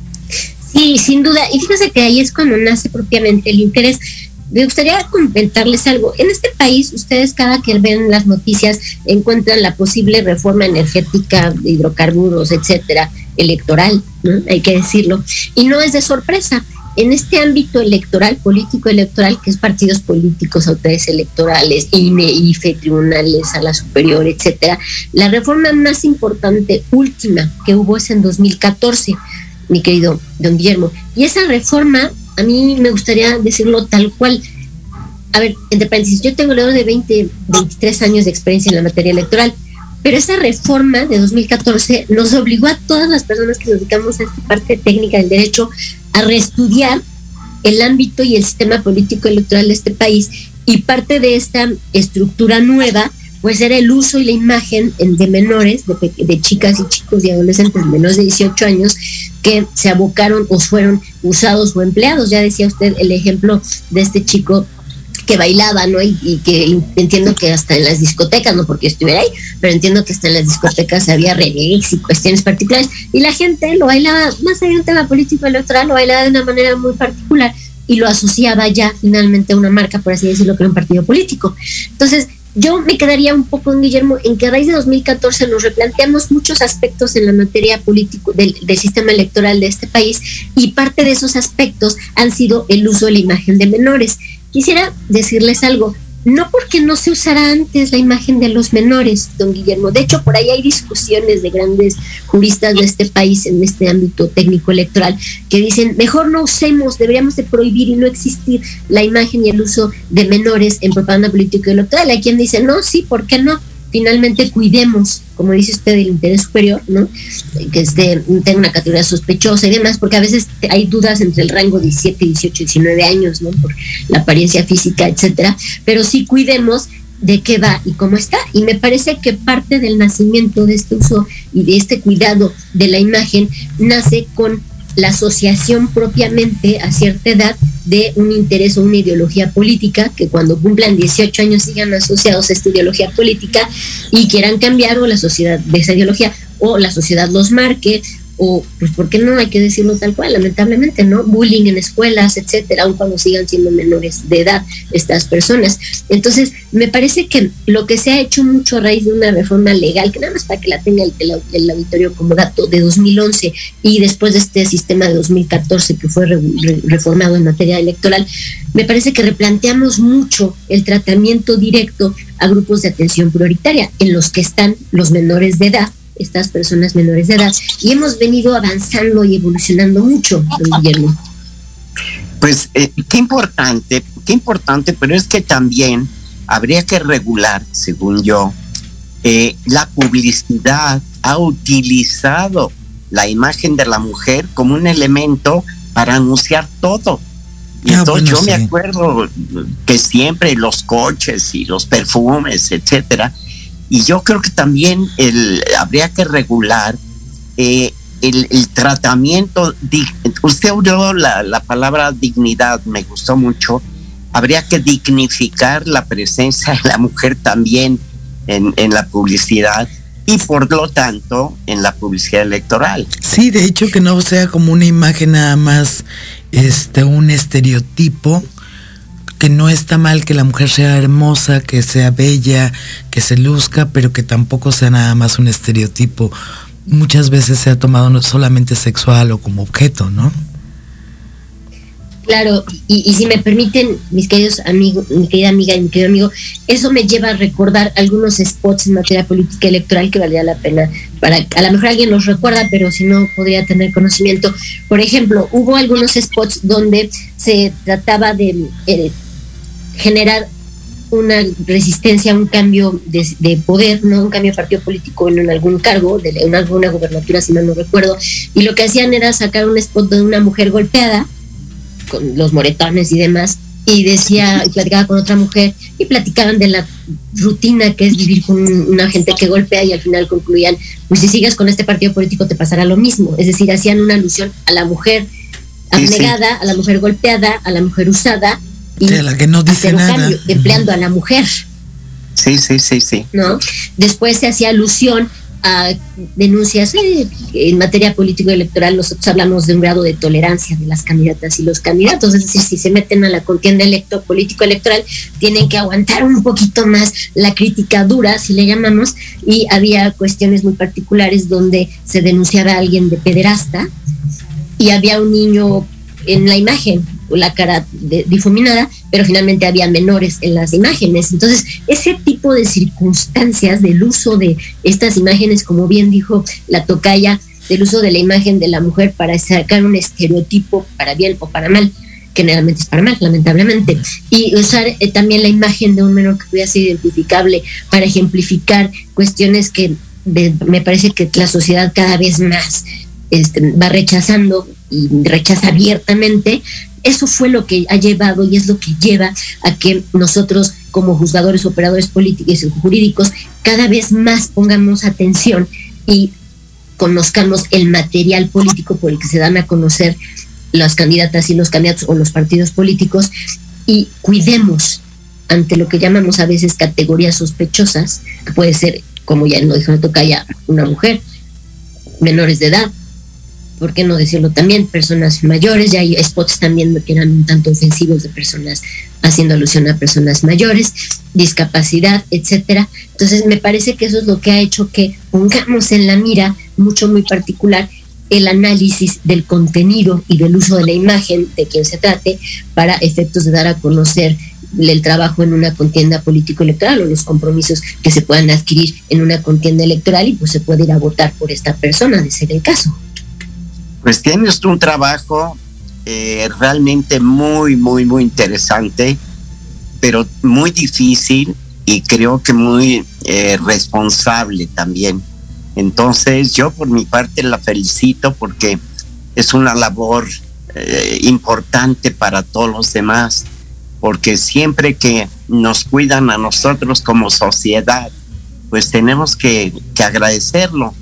Sí, sin duda, y fíjese que ahí es cuando nace propiamente el interés. Me gustaría comentarles algo. En este país, ustedes cada que ven las noticias encuentran la posible reforma energética de hidrocarburos, etcétera, electoral, ¿no? Hay que decirlo. Y no es de sorpresa. En este ámbito electoral, político-electoral, que es partidos políticos, autoridades electorales, INE, IFE, tribunales, sala superior, etcétera, la reforma más importante, última, que hubo es en 2014, mi querido don Guillermo. Y esa reforma, a mí me gustaría decirlo tal cual. A ver, entre paréntesis, yo tengo alrededor de 23 años de experiencia en la materia electoral, pero esa reforma de 2014 nos obligó a todas las personas que nos dedicamos a esta parte técnica del derecho a reestudiar el ámbito y el sistema político electoral de este país, y parte de esta estructura nueva pues era el uso y la imagen de menores, de chicas y chicos y adolescentes menores de 18 años que se abocaron o fueron usados o empleados. Ya decía usted el ejemplo de este chico que bailaba, ¿no? Y que entiendo que hasta en las discotecas, no porque yo estuviera ahí, pero entiendo que hasta en las discotecas había remix y cuestiones particulares, y la gente lo bailaba, más allá de un tema político electoral, lo bailaba de una manera muy particular y lo asociaba ya finalmente a una marca, por así decirlo, que era un partido político. Entonces, yo me quedaría un poco, Guillermo, en que a raíz de 2014 nos replanteamos muchos aspectos en la materia político del sistema electoral de este país, y parte de esos aspectos han sido el uso de la imagen de menores. Quisiera decirles algo, no porque no se usara antes la imagen de los menores, don Guillermo. De hecho, por ahí hay discusiones de grandes juristas de este país en este ámbito técnico electoral que dicen, mejor no usemos, deberíamos de prohibir y no existir la imagen y el uso de menores en propaganda política y electoral. Hay quien dice, no, sí, ¿por qué no? Finalmente cuidemos, como dice usted, el interés superior, ¿no? Que tenga una categoría sospechosa y demás, porque a veces hay dudas entre el rango 17, 18, 19 años, ¿no? Por la apariencia física, etcétera, pero sí cuidemos de qué va y cómo está. Y me parece que parte del nacimiento de este uso y de este cuidado de la imagen nace con la asociación propiamente a cierta edad de un interés o una ideología política, que cuando cumplan 18 años sigan asociados a esta ideología política y quieran cambiar o la sociedad de esa ideología o la sociedad los marque, o pues ¿por qué no? Hay que decirlo tal cual, lamentablemente, ¿no? Bullying en escuelas, etcétera, aun cuando sigan siendo menores de edad estas personas. Entonces, me parece que lo que se ha hecho mucho a raíz de una reforma legal, que nada más para que la tenga el auditorio como dato, de 2011 y después de este sistema de 2014 que fue reformado en materia electoral, me parece que replanteamos mucho el tratamiento directo a grupos de atención prioritaria, en los que están los menores de edad, estas personas menores de edad, y hemos venido avanzando y evolucionando mucho, don Guillermo. Pues qué importante, pero es que también habría que regular, según yo, la publicidad ha utilizado la imagen de la mujer como un elemento para anunciar todo. Y entonces yo me acuerdo que siempre los coches y los perfumes, etcétera, Y yo creo que también habría que regular el tratamiento. Usted usó la palabra dignidad, me gustó mucho. Habría que dignificar la presencia de la mujer también en la publicidad y por lo tanto en la publicidad electoral. Sí, de hecho que no sea como una imagen nada más, un estereotipo, que no está mal que la mujer sea hermosa, que sea bella, que se luzca, pero que tampoco sea nada más un estereotipo. Muchas veces se ha tomado no solamente sexual o como objeto, ¿no? Claro, y si me permiten, mis queridos amigos, mi querida amiga y mi querido amigo, eso me lleva a recordar algunos spots en materia política electoral que valía la pena, a lo mejor alguien los recuerda, pero si no podría tener conocimiento. Por ejemplo, hubo algunos spots donde se trataba de generar una resistencia a un cambio de poder, no un cambio de partido político en algún cargo, en alguna gubernatura, si mal no recuerdo, y lo que hacían era sacar un spot de una mujer golpeada, con los moretones y demás, y platicaba con otra mujer y platicaban de la rutina que es vivir con una gente que golpea, y al final concluían, pues si sigues con este partido político te pasará lo mismo. Es decir, hacían una alusión a la mujer abnegada, sí, a la mujer golpeada, a la mujer usada, y a la que no dice nada, cambio, empleando a la mujer. Sí. ¿No? Después se hacía alusión a denuncias en materia político-electoral. Nosotros hablamos de un grado de tolerancia de las candidatas y los candidatos, es decir, si se meten a la contienda político-electoral tienen que aguantar un poquito más la crítica dura, si le llamamos, y había cuestiones muy particulares donde se denunciaba a alguien de pederasta y había un niño en la imagen, la cara difuminada, pero finalmente había menores en las imágenes. Entonces, ese tipo de circunstancias del uso de estas imágenes, como bien dijo la tocaya, del uso de la imagen de la mujer para sacar un estereotipo para bien o para mal, generalmente es para mal, lamentablemente, y usar también la imagen de un menor que pudiera ser identificable para ejemplificar cuestiones que me parece que la sociedad cada vez más va rechazando y rechaza abiertamente. Eso fue lo que ha llevado y es lo que lleva a que nosotros como juzgadores, operadores políticos y jurídicos cada vez más pongamos atención y conozcamos el material político por el que se dan a conocer las candidatas y los candidatos o los partidos políticos, y cuidemos ante lo que llamamos a veces categorías sospechosas, que puede ser, como ya lo dijo la tocaya, una mujer, menores de edad, ¿por qué no decirlo también? Personas mayores. Ya hay spots también que eran un tanto ofensivos de personas haciendo alusión a personas mayores, discapacidad, etcétera. Entonces me parece que eso es lo que ha hecho que pongamos en la mira mucho, muy particular, el análisis del contenido y del uso de la imagen de quien se trate para efectos de dar a conocer el trabajo en una contienda político-electoral o los compromisos que se puedan adquirir en una contienda electoral, y pues se puede ir a votar por esta persona, de ser el caso. Pues tienes un trabajo realmente muy, muy, muy interesante, pero muy difícil y creo que muy responsable también. Entonces yo por mi parte la felicito porque es una labor importante para todos los demás, porque siempre que nos cuidan a nosotros como sociedad, pues tenemos que agradecerlo.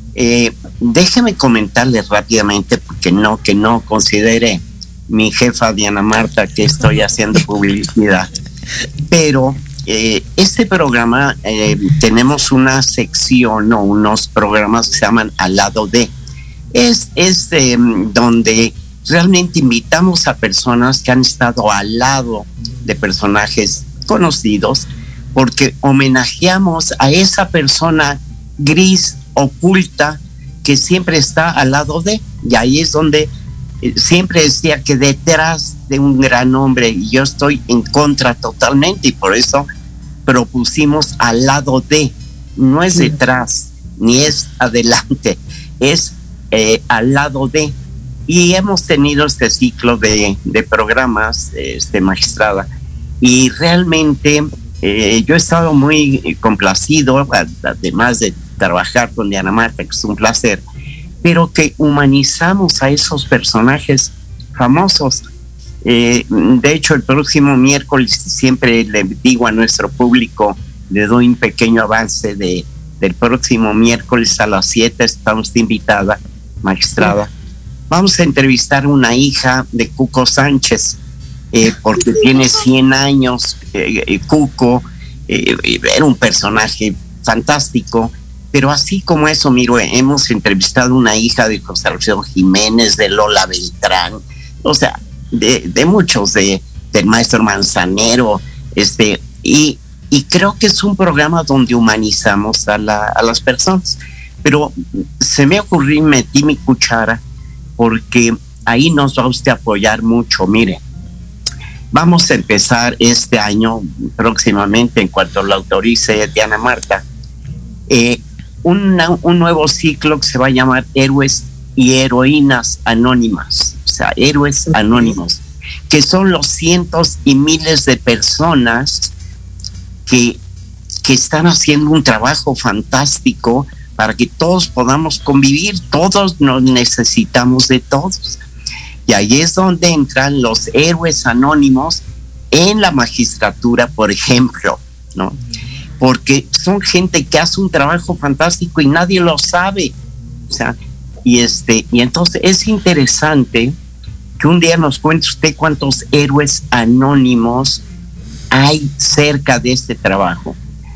Déjeme comentarles rápidamente, porque que no considere mi jefa Diana Marta que estoy haciendo publicidad, pero este programa tenemos una sección o unos programas que se llaman Al lado de. Es donde realmente invitamos a personas que han estado al lado de personajes conocidos, porque homenajeamos a esa persona gris, oculta, que siempre está al lado de, y ahí es donde siempre decía que detrás de un gran hombre, y yo estoy en contra totalmente, y por eso propusimos al lado de, no es detrás, ni es adelante, es al lado de, y hemos tenido este ciclo de programas, magistrada, y realmente yo he estado muy complacido, además de trabajar con Diana Marta, que es un placer, pero que humanizamos a esos personajes famosos. De hecho, el próximo miércoles siempre le digo a nuestro público le doy un pequeño avance del próximo miércoles a las 7. Estamos de invitada, magistrada. Vamos a entrevistar a una hija de Cuco Sánchez, porque tiene 100 años. Cuco era un personaje fantástico, pero así como eso, mire, hemos entrevistado a una hija de José Alfredo Jiménez, de Lola Beltrán, o sea, de muchos, del maestro Manzanero, y creo que es un programa donde humanizamos a las personas. Pero se me ocurrió y metí mi cuchara, porque ahí nos va usted a apoyar mucho. Mire, vamos a empezar este año, próximamente, en cuanto lo autorice Diana Marta, un nuevo ciclo que se va a llamar Héroes y Heroínas Anónimas, o sea, héroes anónimos, que son los cientos y miles de personas que están haciendo un trabajo fantástico para que todos podamos convivir. Todos nos necesitamos de todos. Y ahí es donde entran los héroes anónimos en la magistratura, por ejemplo, ¿no? Porque son gente que hace un trabajo fantástico y nadie lo sabe. O sea, y entonces es interesante que un día nos cuente usted cuántos héroes anónimos hay cerca de este trabajo.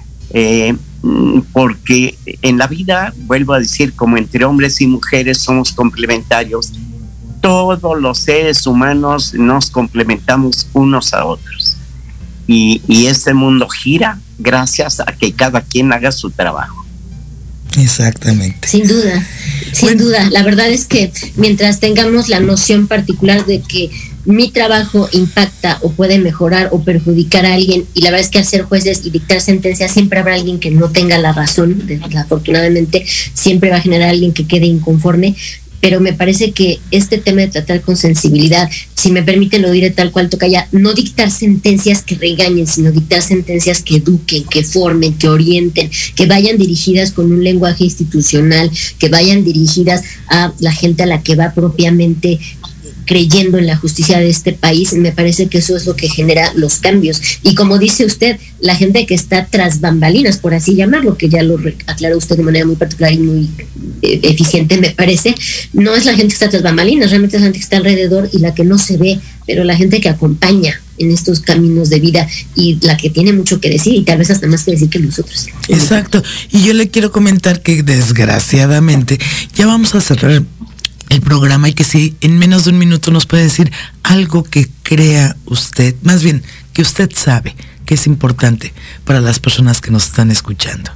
Porque en la vida, vuelvo a decir, como entre hombres y mujeres somos complementarios, todos los seres humanos nos complementamos unos a otros. Y este mundo gira gracias a que cada quien haga su trabajo. Exactamente. Sin duda, sin duda. La verdad es que mientras tengamos la noción particular de que mi trabajo impacta o puede mejorar o perjudicar a alguien, y la verdad es que al ser jueces y dictar sentencias siempre habrá alguien que no tenga la razón, desafortunadamente siempre va a generar a alguien que quede inconforme, pero me parece que este tema de tratar con sensibilidad, si me permiten lo diré tal cual, Tocaya, no dictar sentencias que regañen, sino dictar sentencias que eduquen, que formen, que orienten, que vayan dirigidas con un lenguaje institucional, que vayan dirigidas a la gente a la que va propiamente creyendo en la justicia de este país. Me parece que eso es lo que genera los cambios. Y como dice usted, la gente que está tras bambalinas, por así llamarlo, que ya lo aclaró usted de manera muy particular y muy eficiente, me parece, no es la gente que está tras bambalinas, realmente es la gente que está alrededor y la que no se ve, pero la gente que acompaña en estos caminos de vida y la que tiene mucho que decir y tal vez hasta más que decir que nosotros. Exacto. Y yo le quiero comentar que desgraciadamente ya vamos a cerrar el programa, y que si en menos de un minuto nos puede decir algo que crea usted, más bien que usted sabe que es importante para las personas que nos están escuchando.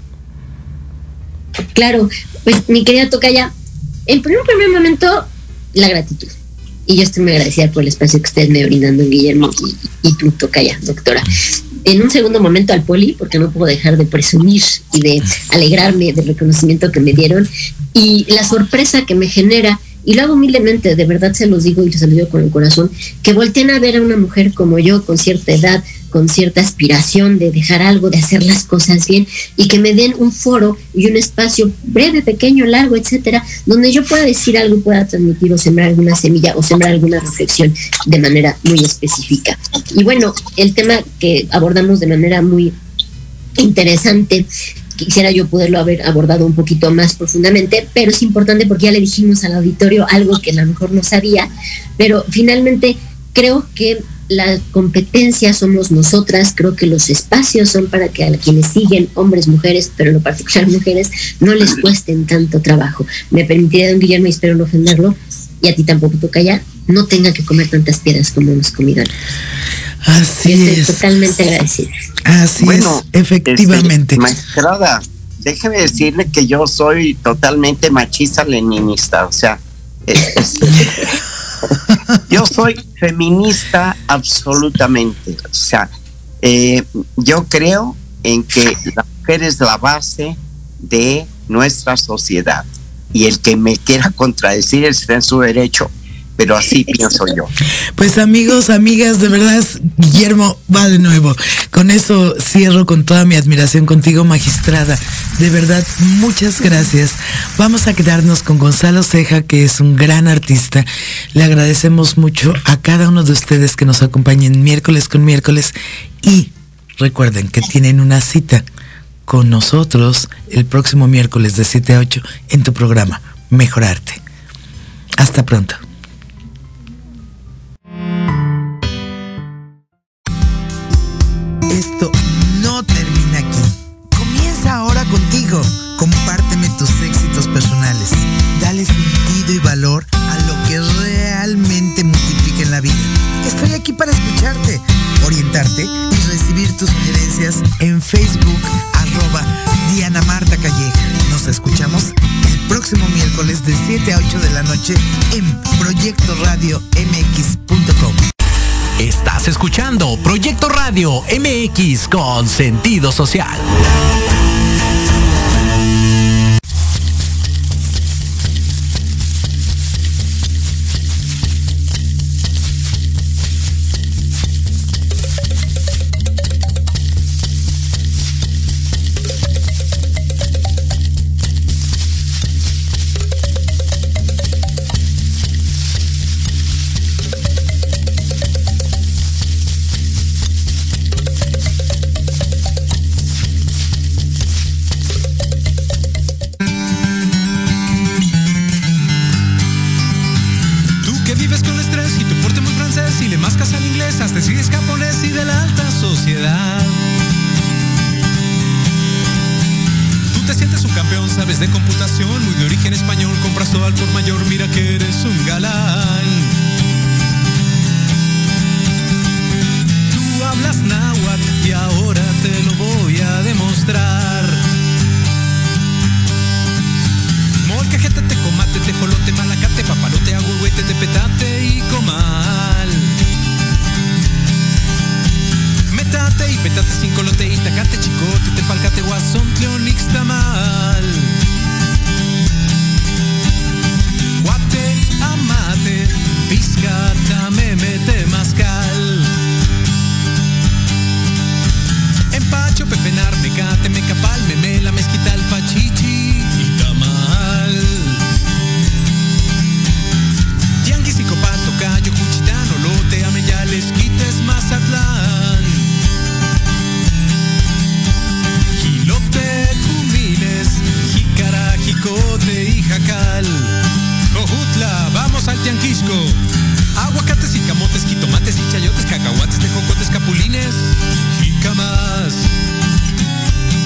Claro, pues mi querida Tocaya, en primer momento, la gratitud. Y yo estoy muy agradecida por el espacio que ustedes me brindan, don Guillermo, y tú, Tocaya, doctora. En un segundo momento al Poli, porque no puedo dejar de presumir y de alegrarme del reconocimiento que me dieron y la sorpresa que me genera. Y lo hago humildemente, de verdad se los digo y se los digo con el corazón, que volteen a ver a una mujer como yo, con cierta edad, con cierta aspiración de dejar algo, de hacer las cosas bien, y que me den un foro y un espacio breve, pequeño, largo, etcétera, donde yo pueda decir algo, pueda transmitir o sembrar alguna semilla o sembrar alguna reflexión de manera muy específica. Y bueno, el tema que abordamos de manera muy interesante, quisiera yo poderlo haber abordado un poquito más profundamente, pero es importante porque ya le dijimos al auditorio algo que a lo mejor no sabía, pero finalmente creo que la competencia somos nosotras, creo que los espacios son para que a quienes siguen, hombres, mujeres, pero en lo particular mujeres, no les cuesten tanto trabajo. Me permitiría, don Guillermo, y espero no ofenderlo, y a ti tampoco, Tocaya, no tengan que comer tantas piedras como hemos comido antes. Así estoy es. Totalmente agradecida. Así es, efectivamente. Magistrada, déjeme decirle que yo soy totalmente machista leninista, o sea, yo soy feminista absolutamente, o sea, yo creo en que la mujer es la base de nuestra sociedad, y el que me quiera contradecir está en su derecho, pero así pienso yo. Pues amigos, amigas, de verdad, Guillermo va de nuevo. Con eso cierro con toda mi admiración contigo, magistrada. De verdad, muchas gracias. Vamos a quedarnos con Gonzalo Ceja, que es un gran artista. Le agradecemos mucho a cada uno de ustedes que nos acompañen miércoles con miércoles. Y recuerden que tienen una cita con nosotros el próximo miércoles de 7 a 8 en tu programa Mejorarte. Hasta pronto. Esto no termina aquí. Comienza ahora contigo. Compárteme tus éxitos personales. Dale sentido y valor a lo que realmente multiplica en la vida. Estoy aquí para escucharte, orientarte y recibir tus sugerencias en Facebook, @Diana Marta Calleja. Nos escuchamos el próximo miércoles de 7 a 8 de la noche en Proyecto Radio MX.com. Estás escuchando Proyecto Radio MX con sentido social.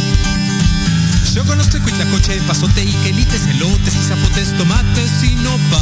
Pasote y quelites, elotes y zapotes, tomates y nopales.